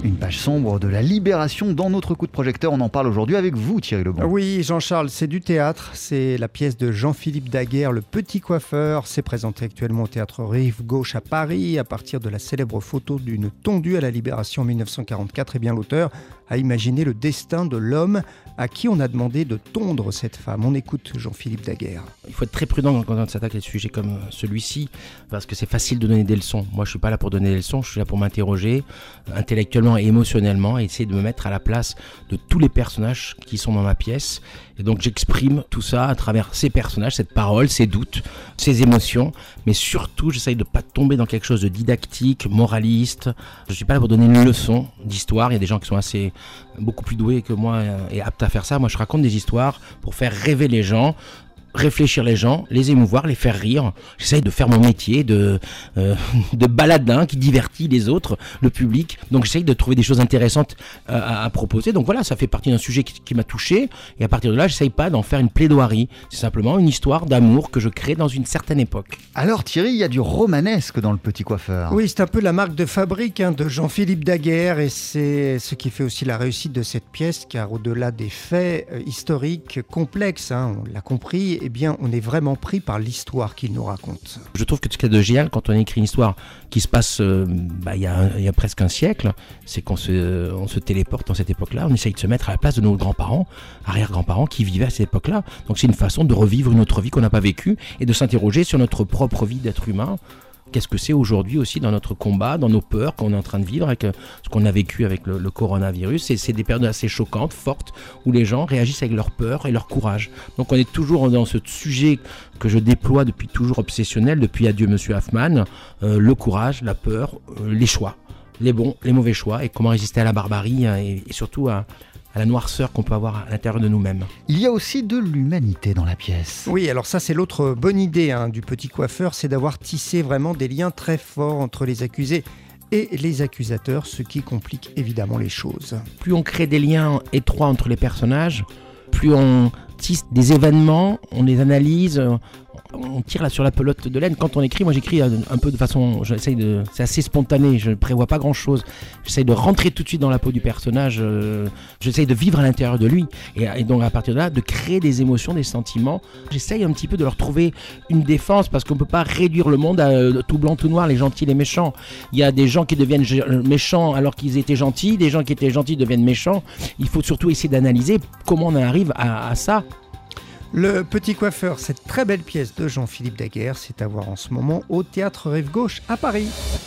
Une page sombre de la libération dans notre coup de projecteur. On en parle aujourd'hui avec vous, Thierry Lebon. Oui, Jean-Charles, c'est du théâtre. C'est la pièce de Jean-Philippe Daguerre, Le Petit Coiffeur. C'est présenté actuellement au Théâtre Rive Gauche à Paris à partir de la célèbre photo d'une tondue à la Libération en 1944. Et bien l'auteur a imaginé le destin de l'homme à qui on a demandé de tondre cette femme. On écoute Jean-Philippe Daguerre. Il faut être très prudent quand on s'attaque à des sujets comme celui-ci, parce que c'est facile de donner des leçons. Moi, je ne suis pas là pour donner des leçons, je suis là pour m'interroger intellectuellement et émotionnellement et essayer de me mettre à la place de tous les personnages qui sont dans ma pièce. Et donc, j'exprime tout ça à travers ces personnages, cette parole, ces doutes, ces émotions. Mais surtout, j'essaye de ne pas tomber dans quelque chose de didactique, moraliste. Je ne suis pas là pour donner une leçon d'histoire. Il y a des gens qui sont beaucoup plus doués que moi et aptes à faire ça. Moi, je raconte des histoires pour faire rêver les gens, réfléchir les gens, les émouvoir, les faire rire. J'essaye de faire mon métier de baladin qui divertit les autres, le public. Donc j'essaye de trouver des choses intéressantes à proposer. Donc voilà, ça fait partie d'un sujet qui m'a touché. Et à partir de là, j'essaye pas d'en faire une plaidoirie. C'est simplement une histoire d'amour que je crée dans une certaine époque. Alors Thierry, il y a du romanesque dans Le Petit Coiffeur. Oui, c'est un peu la marque de fabrique de Jean-Philippe Daguerre. Et c'est ce qui fait aussi la réussite de cette pièce. Car au-delà des faits historiques complexes, on l'a compris, eh bien, on est vraiment pris par l'histoire qu'il nous raconte. Je trouve que ce qu'il y a de génial quand on écrit une histoire qui se passe il y a presque un siècle, c'est qu'on se téléporte dans cette époque-là, on essaye de se mettre à la place de nos grands-parents, arrière-grands-parents qui vivaient à cette époque-là. Donc c'est une façon de revivre une autre vie qu'on n'a pas vécue et de s'interroger sur notre propre vie d'être humain. Qu'est-ce que c'est aujourd'hui aussi dans notre combat, dans nos peurs qu'on est en train de vivre avec ce qu'on a vécu avec le coronavirus. C'est des périodes assez choquantes, fortes, où les gens réagissent avec leur peur et leur courage. Donc on est toujours dans ce sujet que je déploie depuis toujours obsessionnel, depuis Adieu Monsieur Hoffman, le courage, la peur, les choix, les bons, les mauvais choix, et comment résister à la barbarie et surtout à la noirceur qu'on peut avoir à l'intérieur de nous-mêmes. Il y a aussi de l'humanité dans la pièce. Oui, alors ça c'est l'autre bonne idée du Petit Coiffeur, c'est d'avoir tissé vraiment des liens très forts entre les accusés et les accusateurs, ce qui complique évidemment les choses. Plus on crée des liens étroits entre les personnages, plus on tisse des événements, on les analyse, on tire là sur la pelote de laine. Quand on écrit, moi j'écris un peu de façon, c'est assez spontané, je ne prévois pas grand chose. J'essaye de rentrer tout de suite dans la peau du personnage, j'essaye de vivre à l'intérieur de lui et donc à partir de là, de créer des émotions, des sentiments. J'essaye un petit peu de leur trouver une défense parce qu'on ne peut pas réduire le monde à tout blanc, tout noir, les gentils, les méchants. Il y a des gens qui deviennent méchants alors qu'ils étaient gentils, des gens qui étaient gentils deviennent méchants. Il faut surtout essayer d'analyser comment on en arrive à ça. Le Petit Coiffeur, cette très belle pièce de Jean-Philippe Daguerre, c'est à voir en ce moment au Théâtre Rive Gauche à Paris.